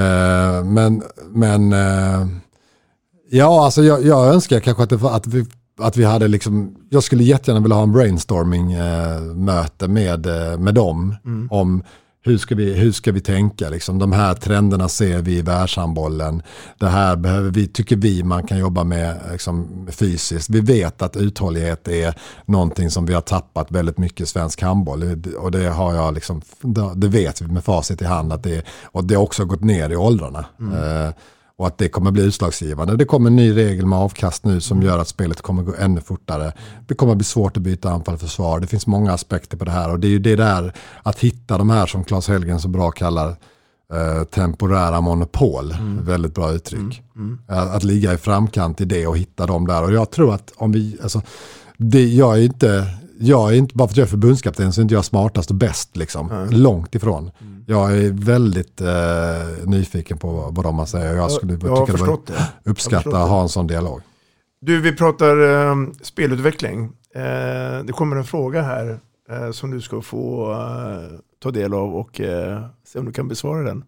Men ja, alltså jag önskar kanske att att vi hade liksom, jag skulle jättegärna vilja ha en brainstorming-möte med dem om hur ska vi tänka liksom, de här trenderna ser vi i världshandbollen, det här tycker vi man kan jobba med liksom, fysiskt. Vi vet att uthållighet är någonting som vi har tappat väldigt mycket i svensk handboll, och det har jag liksom, det vet vi med facit i hand att och det har också gått ner i åldrarna. Och att det kommer bli utslagsgivande. Det kommer en ny regel med avkast nu som gör att spelet kommer gå ännu fortare. Det kommer bli svårt att byta anfall och försvar. Det finns många aspekter på det här. Och det är ju det där att hitta de här som Claes Hellgren så bra kallar temporära monopol. Väldigt bra uttryck. Att ligga i framkant i det och hitta dem där. Och jag tror att om vi... Alltså, jag är inte bara för att jag är förbundskapten så är inte jag smartast och bäst liksom. Långt ifrån. Jag är väldigt nyfiken på vad de säger. Jag skulle uppskatta att ha en sån dialog. Du, vi pratar spelutveckling. Det kommer en fråga här som du ska få ta del av och se om du kan besvara den.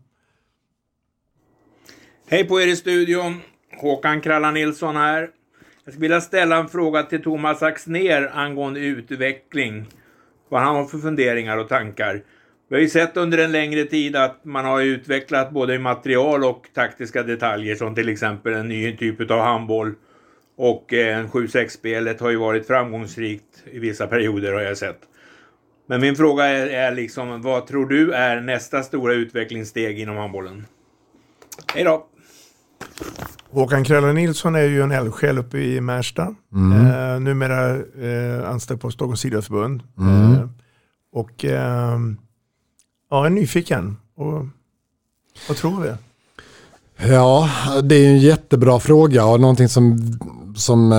Hej på er i studion. Håkan Kralla Nilsson här. Jag skulle vilja ställa en fråga till Thomas Axnér angående utveckling. Vad han har för funderingar och tankar. Vi har ju sett under en längre tid att man har utvecklat både material och taktiska detaljer som till exempel en ny typ av handboll. Och en 7-6-spelet har ju varit framgångsrikt i vissa perioder har jag sett. Men min fråga är liksom, vad tror du är nästa stora utvecklingssteg inom handbollen? Hej då! Håkan Kralla Nilsson är ju en eldsjäl uppe i Märsta. Numera anställd på Stockholms idrottsförbund. Och jag är nyfiken. Och vad tror vi? Ja, det är en jättebra fråga och någonting som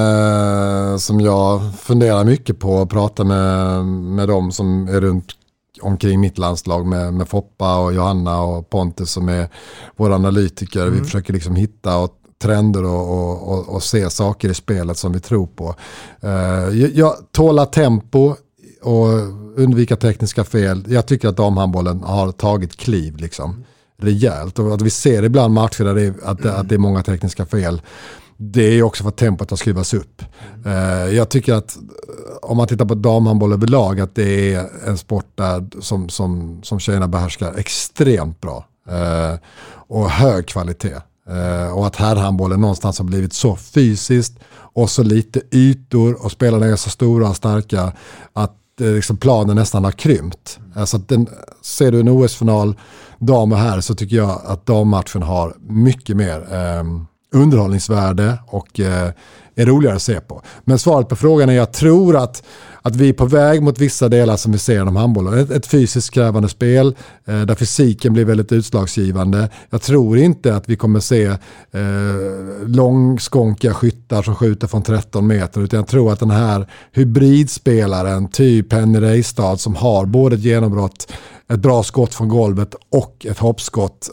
jag funderar mycket på att prata med dem som är runt omkring mitt landslag med Foppa och Johanna och Pontus som är våra analytiker. Vi försöker liksom hitta trender och se saker i spelet som vi tror på. Jag tåla tempo och undvika tekniska fel. Jag tycker att damhandbollen har tagit kliv liksom rejält, och att vi ser ibland matcher där att det är många tekniska fel. Det är också för att tempot har skruvats upp. Jag tycker att om man tittar på damhandboll överlag att det är en sport där som tjejerna behärskar extremt bra och hög kvalitet. Och att herrhandbollen någonstans har blivit så fysiskt och så lite ytor och spelarna är så stora och starka att liksom planen nästan har krympt. Alltså ser du en OS-final dam och här så tycker jag att dammatchen har mycket mer underhållningsvärde och är roligare att se på. Men svaret på frågan är jag tror att vi är på väg mot vissa delar som vi ser inom handbollen. Ett fysiskt krävande spel där fysiken blir väldigt utslagsgivande. Jag tror inte att vi kommer se långskånkiga skyttar som skjuter från 13 meter, utan jag tror att den här hybridspelaren typ Henny Reistad som har både ett genombrott, ett bra skott från golvet och ett hoppskott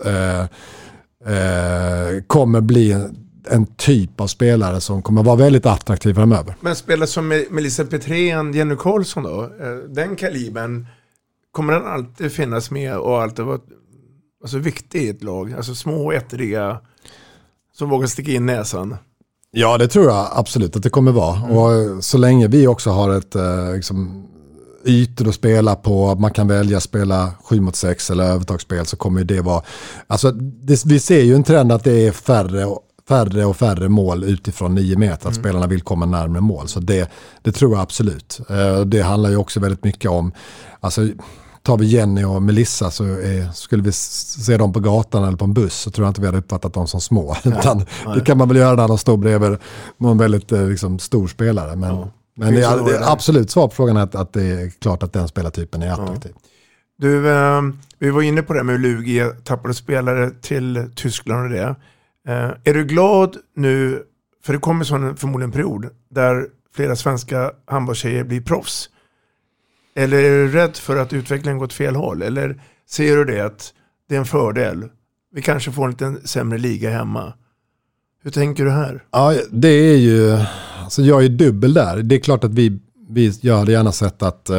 kommer bli en typ av spelare som kommer vara väldigt attraktiv framöver. Men spelare som Melissa Petrén, Jenny Karlsson då, den kalibern, kommer den alltid finnas med och alltid vara viktig i ett lag? Alltså små ettriga som vågar sticka in näsan. Ja, det tror jag absolut att det kommer vara. Och så länge vi också har ett ytor att spela på, man kan välja spela 7-6 eller övertagsspel, så kommer det vara... Alltså, vi ser ju en trend att det är färre och färre mål utifrån 9 meter, att spelarna vill komma närmare mål. Så det tror jag absolut. Det handlar ju också väldigt mycket om, alltså tar vi Jenny och Melissa så skulle vi se dem på gatan eller på en buss så tror jag inte vi hade uppfattat dem som små. Utan det kan man väl göra när de står bredvid någon väldigt stor spelare. Men det är absolut svar på frågan att det är klart att den spelartypen är attraktiv. Du, vi var inne på det med Lugi, tappade spelare till Tyskland och det. Är du glad nu, för det kommer förmodligen en period där flera svenska handbollstjejer blir proffs? Eller är du rädd för att utvecklingen går åt fel håll? Eller ser du det att det är en fördel? Vi kanske får en lite sämre liga hemma. Hur tänker du här? Ja, det är ju... Alltså jag är dubbel där. Det är klart att jag hade gärna sett att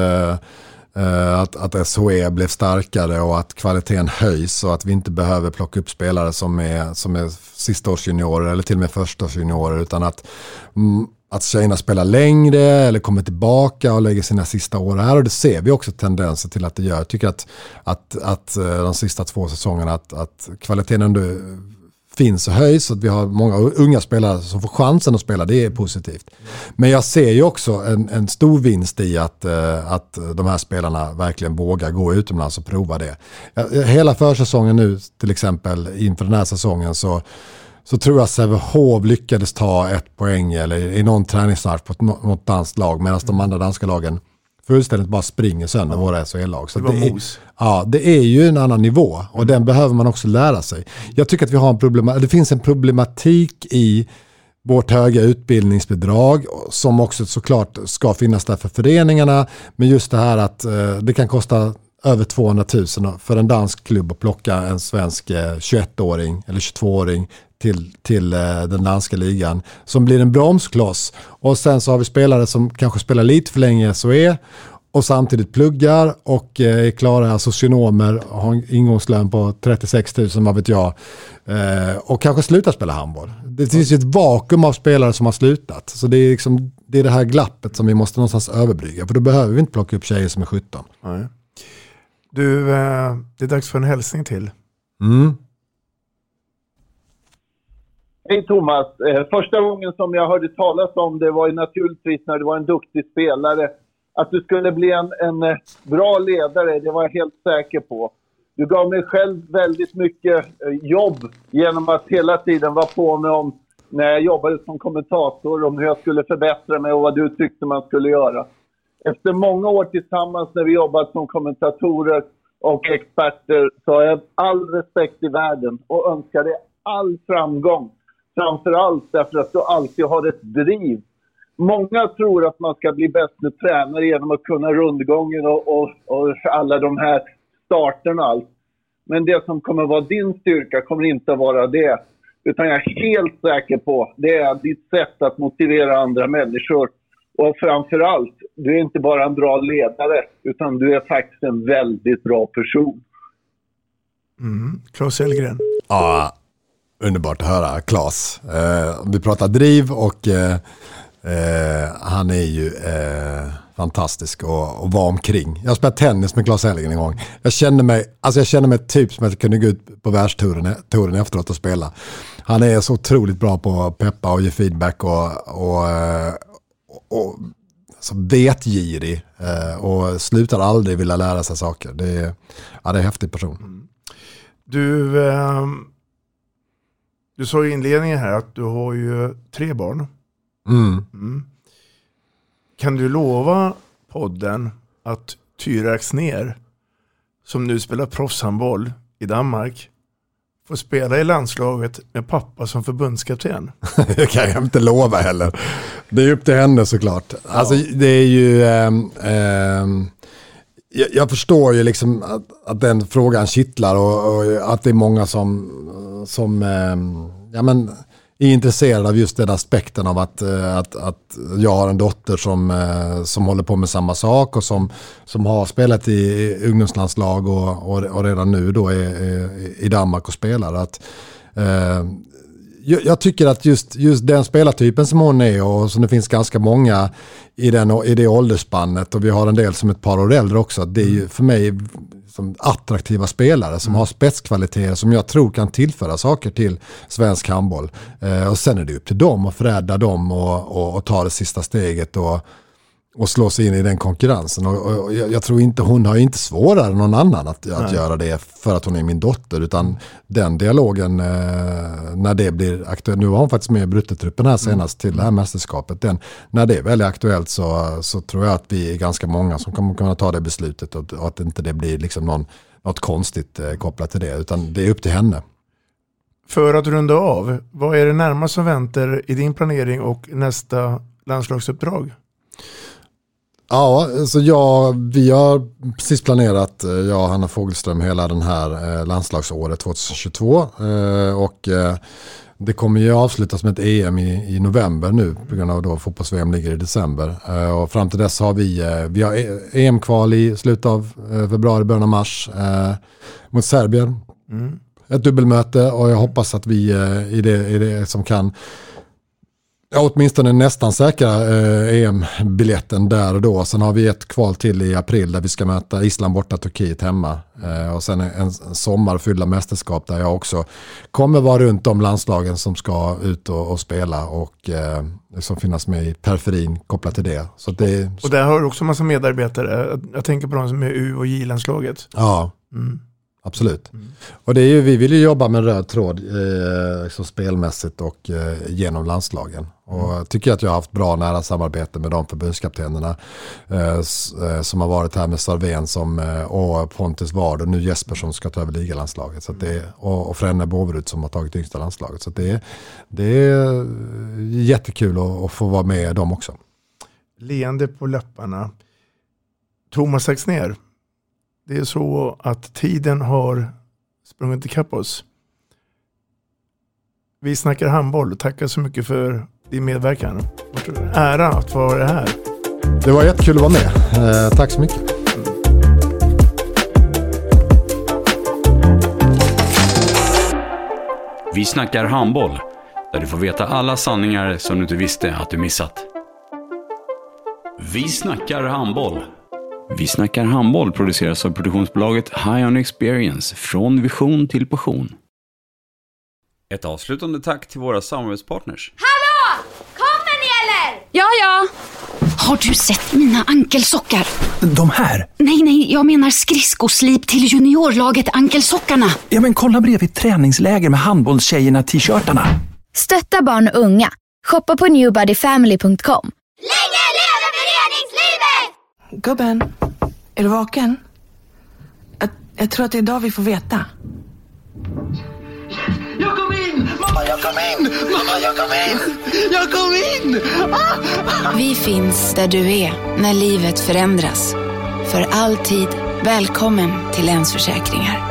SHE blev starkare och att kvaliteten höjs och att vi inte behöver plocka upp spelare som är sista års juniorer eller till och med första års juniorer, utan att att tjejerna spelar längre eller kommer tillbaka och lägger sina sista år här. Och det ser vi också tendenser till att det gör. Jag tycker att de sista 2 säsongerna att kvaliteten ändå finns och höjs. Att vi har många unga spelare som får chansen att spela. Det är positivt. Men jag ser ju också en stor vinst i att de här spelarna verkligen vågar gå utomlands och prova det. Hela försäsongen nu till exempel inför den här säsongen så tror jag att Sävehof lyckades ta 1 poäng eller i någon träningsmatch på något danskt lag, medan de andra danska lagen fullständigt bara springer sönder våra SHL-lag. Så det är ju en annan nivå och den behöver man också lära sig. Jag tycker att vi har det finns en problematik i vårt höga utbildningsbidrag som också såklart ska finnas där för föreningarna, men just det här att det kan kosta över 200 000 för en dansk klubb att plocka en svensk 21-åring eller 22-åring till den danska ligan som blir en bromskloss. Och sen så har vi spelare som kanske spelar lite för länge i SHE och samtidigt pluggar och är klara socionomer och har en ingångslön på 36 000, vad vet jag, och kanske slutar spela handboll. Det finns ju ett vakuum av spelare som har slutat. Så det är liksom, det är det här glappet som vi måste någonstans överbrygga, för då behöver vi inte plocka upp tjejer som är 17. Nej. Du, det är dags för en hälsning till. Hej Thomas, första gången som jag hörde talas om det var ju naturligtvis när du var en duktig spelare. Att du skulle bli en bra ledare, det var jag helt säker på. Du gav mig själv väldigt mycket jobb genom att hela tiden vara på mig om när jag jobbade som kommentator, om hur jag skulle förbättra mig och vad du tyckte man skulle göra. Efter många år tillsammans när vi jobbat som kommentatorer och experter så har jag all respekt i världen och önskar dig all framgång. Framförallt därför att du alltid har ett driv. Många tror att man ska bli bästa tränare genom att kunna rundgången och alla de här starterna och allt. Men det som kommer vara din styrka kommer inte att vara det. Utan jag är helt säker på det är ditt sätt att motivera andra människor. Och framförallt, du är inte bara en bra ledare utan du är faktiskt en väldigt bra person. Claes Hellgren. Ja, underbart att höra Claes. Vi pratar driv och han är ju fantastisk och vara omkring. Jag spelade tennis med Claes Hellgren en gång. Jag kände mig typ som att jag kunde gå ut på världstouren efteråt och spela. Han är så otroligt bra på att peppa och ge feedback och alltså vetgirig och slutar aldrig vilja lära sig saker. Det är en häftig person. Du sa i inledningen här att du har ju 3 barn. Kan du lova podden att Tyra Axnér, som nu spelar proffshandboll i Danmark, får spela i landslaget med pappa som förbundskapten? Det kan jag inte lova heller. Det är upp till henne såklart. Ja. Alltså det är ju jag förstår ju liksom att den frågan kittlar och att det är många som är intresserade av just den aspekten av att jag har en dotter som håller på med samma sak och som har spelat i ungdomslandslag och redan nu då är i Danmark och spelar. Jag tycker att just den spelartypen som hon är och som det finns ganska många i det åldersspannet och vi har en del som ett par år äldre också. Det är ju för mig som attraktiva spelare som har spetskvaliteter som jag tror kan tillföra saker till svensk handboll. Och sen är det upp till dem att förädla dem och ta det sista steget och slå sig in i den konkurrensen. Och jag tror inte, hon har inte svårare än någon annan att göra det för att hon är min dotter, utan den dialogen när det blir aktuellt, nu var hon faktiskt med i bruttetruppen här senast till det här mästerskapet, när det är väldigt aktuellt så tror jag att vi är ganska många som kommer kunna ta det beslutet och att inte det blir liksom något konstigt kopplat till det, utan det är upp till henne. För att runda av, vad är det närmast som väntar i din planering och nästa landslagsuppdrag? Ja, så vi har precis planerat, jag och Hanna Fogelström, hela den här landslagsåret 2022 och det kommer ju avslutas med ett EM i november nu på grund av att fotbolls-VM ligger i december och fram till dess har vi har EM-kval i slutet av februari, början av mars mot Serbien. Ett dubbelmöte och jag hoppas att vi i det som kan Ja, åtminstone nästan säkra EM-biljetten där och då. Sen har vi ett kval till i april där vi ska möta Island borta, Turkiet hemma. Och sen en sommar fyllda mästerskap där jag också kommer vara runt de landslagen som ska ut och spela och som finnas med i periferin kopplat till det. Så det. Och där har du också en massa medarbetare. Jag tänker på de som är U- och J-landslaget. Ja. Absolut. Och det är ju, vi vill ju jobba med en röd tråd så spelmässigt och genom landslagen. Och jag tycker att jag har haft bra nära samarbete med de förbundskaptenerna som har varit här med Sarven och Pontus Ward och nu Jesper som ska ta över ligalandslaget. Så att och Frenne Boverud som har tagit yngsta landslaget. Så att det är jättekul att få vara med dem också. Leende på läpparna. Thomas Axnér. Det är så att tiden har sprungit ikapp oss. Vi snackar handboll och tackar så mycket för din medverkan. Ära att få vara här. Det var jättekul att vara med. Tack så mycket. Vi snackar handboll, där du får veta alla sanningar som du inte visste att du missat. Vi snackar handboll. Vi snackar handboll produceras av produktionsbolaget High On Experience, från vision till passion. Ett avslutande tack till våra samarbetspartners. Hallå! Kommer ni eller? Ja. Har du sett mina ankelsockar? De här? Nej, jag menar skridskoslip till juniorlaget Ankelsockarna. Ja, men kolla bredvid träningsläger med handbollstjejerna t-shirtarna. Stötta barn och unga. Shoppa på newbodyfamily.com. Länge leve föreningslivet! Gubben, är du vaken? Jag tror att det är idag vi får veta. Jag kom in! Mamma, jag kom in! Mamma, jag kom in! Jag kom in! Vi finns där du är när livet förändras. För alltid välkommen till Länsförsäkringar.